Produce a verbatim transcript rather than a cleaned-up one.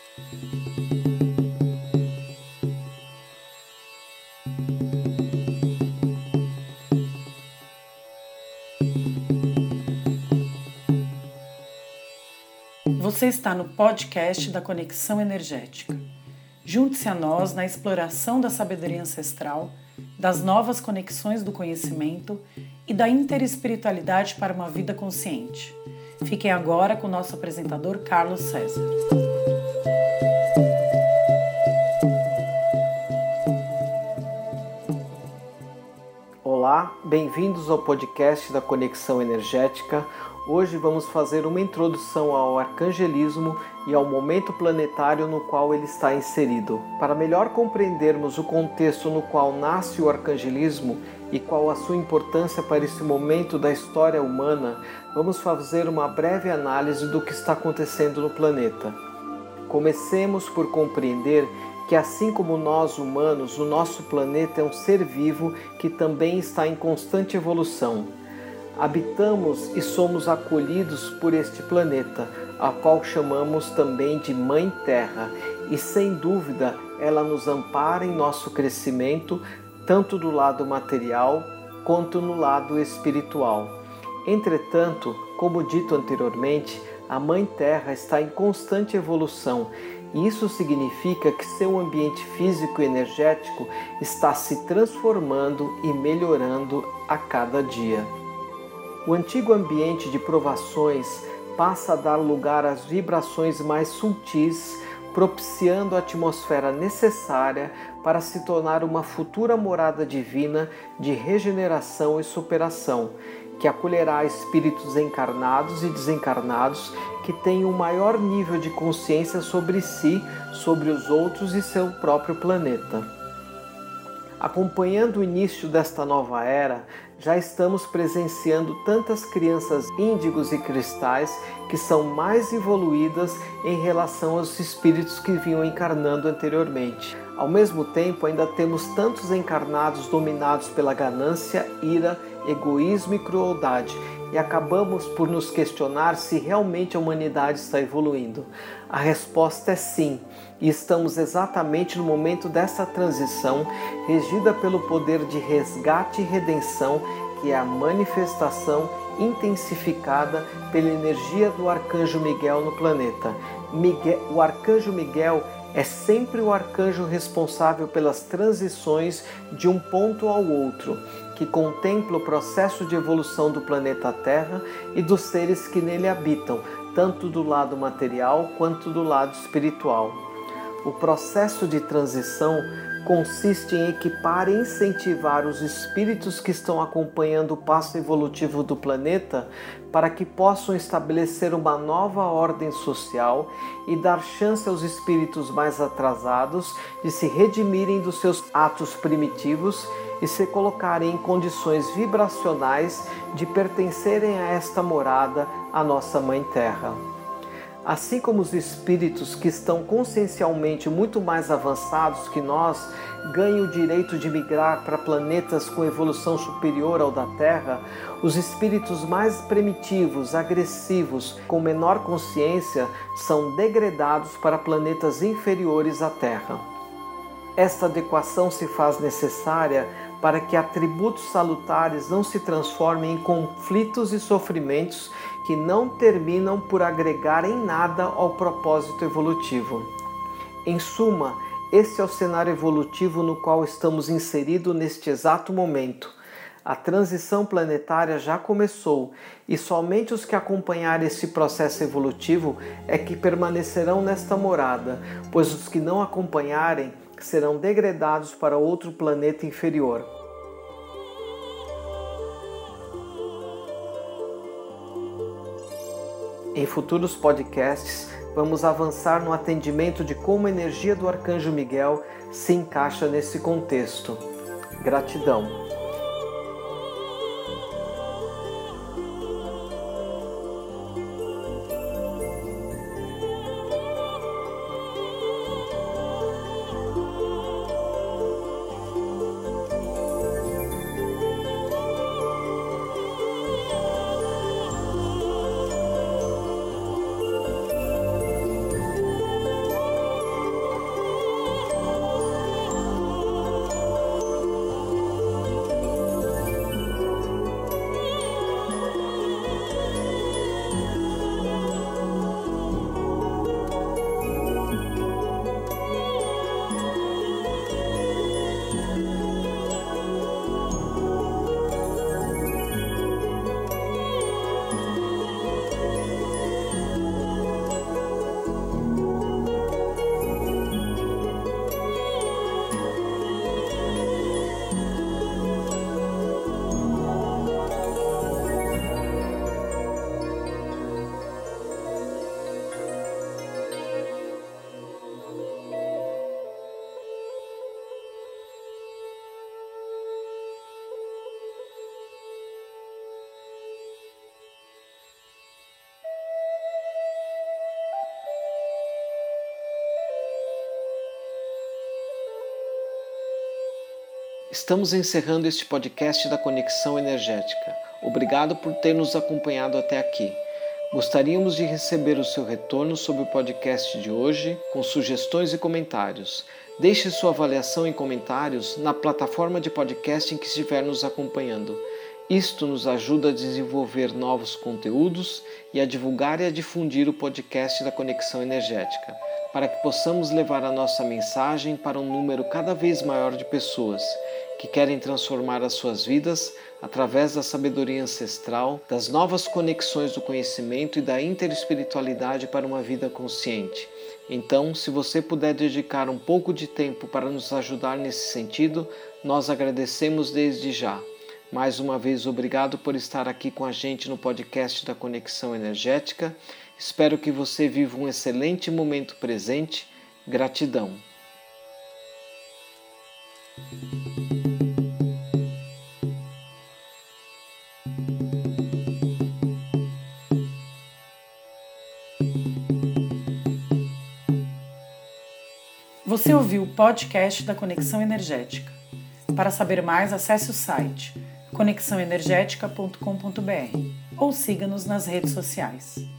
Você está no podcast da Conexão Energética. Junte-se a nós na exploração da sabedoria ancestral, das novas conexões do conhecimento e da interespiritualidade para uma vida consciente. Fiquem agora com o nosso apresentador Carlos César. Olá, bem-vindos ao podcast da Conexão Energética. Hoje vamos fazer uma introdução ao arcangelismo e ao momento planetário no qual ele está inserido. Para melhor compreendermos o contexto no qual nasce o arcangelismo e qual a sua importância para esse momento da história humana, vamos fazer uma breve análise do que está acontecendo no planeta. Comecemos por compreender que, assim como nós humanos, o nosso planeta é um ser vivo que também está em constante evolução. Habitamos e somos acolhidos por este planeta, a qual chamamos também de Mãe Terra, e sem dúvida ela nos ampara em nosso crescimento, tanto do lado material quanto no lado espiritual. Entretanto, como dito anteriormente, a Mãe Terra está em constante evolução, e isso significa que seu ambiente físico e energético está se transformando e melhorando a cada dia. O antigo ambiente de provações passa a dar lugar às vibrações mais sutis, propiciando a atmosfera necessária para se tornar uma futura morada divina de regeneração e superação, que acolherá espíritos encarnados e desencarnados que têm um maior nível de consciência sobre si, sobre os outros e seu próprio planeta. Acompanhando o início desta nova era, já estamos presenciando tantas crianças índigos e cristais que são mais evoluídas em relação aos espíritos que vinham encarnando anteriormente. Ao mesmo tempo, ainda temos tantos encarnados dominados pela ganância, ira, egoísmo e crueldade, e acabamos por nos questionar se realmente a humanidade está evoluindo. A resposta é sim, e estamos exatamente no momento dessa transição, regida pelo poder de resgate e redenção, que é a manifestação intensificada pela energia do Arcanjo Miguel no planeta. Miguel, o Arcanjo Miguel é sempre o arcanjo responsável pelas transições de um ponto ao outro, que contempla o processo de evolução do planeta Terra e dos seres que nele habitam, tanto do lado material quanto do lado espiritual. O processo de transição consiste em equipar e incentivar os espíritos que estão acompanhando o passo evolutivo do planeta para que possam estabelecer uma nova ordem social e dar chance aos espíritos mais atrasados de se redimirem dos seus atos primitivos e se colocarem em condições vibracionais de pertencerem a esta morada, a nossa Mãe Terra. Assim como os espíritos que estão consciencialmente muito mais avançados que nós ganham o direito de migrar para planetas com evolução superior ao da Terra, os espíritos mais primitivos, agressivos, com menor consciência, são degradados para planetas inferiores à Terra. Esta adequação se faz necessária para que atributos salutares não se transformem em conflitos e sofrimentos que não terminam por agregar em nada ao propósito evolutivo. Em suma, este é o cenário evolutivo no qual estamos inseridos neste exato momento. A transição planetária já começou e somente os que acompanharem esse processo evolutivo é que permanecerão nesta morada, pois os que não acompanharem serão degradados para outro planeta inferior. Em futuros podcasts, vamos avançar no atendimento de como a energia do Arcanjo Miguel se encaixa nesse contexto. Gratidão. Estamos encerrando este podcast da Conexão Energética. Obrigado por ter nos acompanhado até aqui. Gostaríamos de receber o seu retorno sobre o podcast de hoje, com sugestões e comentários. Deixe sua avaliação e comentários na plataforma de podcast em que estiver nos acompanhando. Isto nos ajuda a desenvolver novos conteúdos e a divulgar e a difundir o podcast da Conexão Energética, para que possamos levar a nossa mensagem para um número cada vez maior de pessoas que querem transformar as suas vidas através da sabedoria ancestral, das novas conexões do conhecimento e da interespiritualidade para uma vida consciente. Então, se você puder dedicar um pouco de tempo para nos ajudar nesse sentido, nós agradecemos desde já. Mais uma vez, obrigado por estar aqui com a gente no podcast da Conexão Energética. Espero que você viva um excelente momento presente. Gratidão. Você ouviu o podcast da Conexão Energética. Para saber mais, acesse o site conexão energética ponto com ponto b r ou siga-nos nas redes sociais.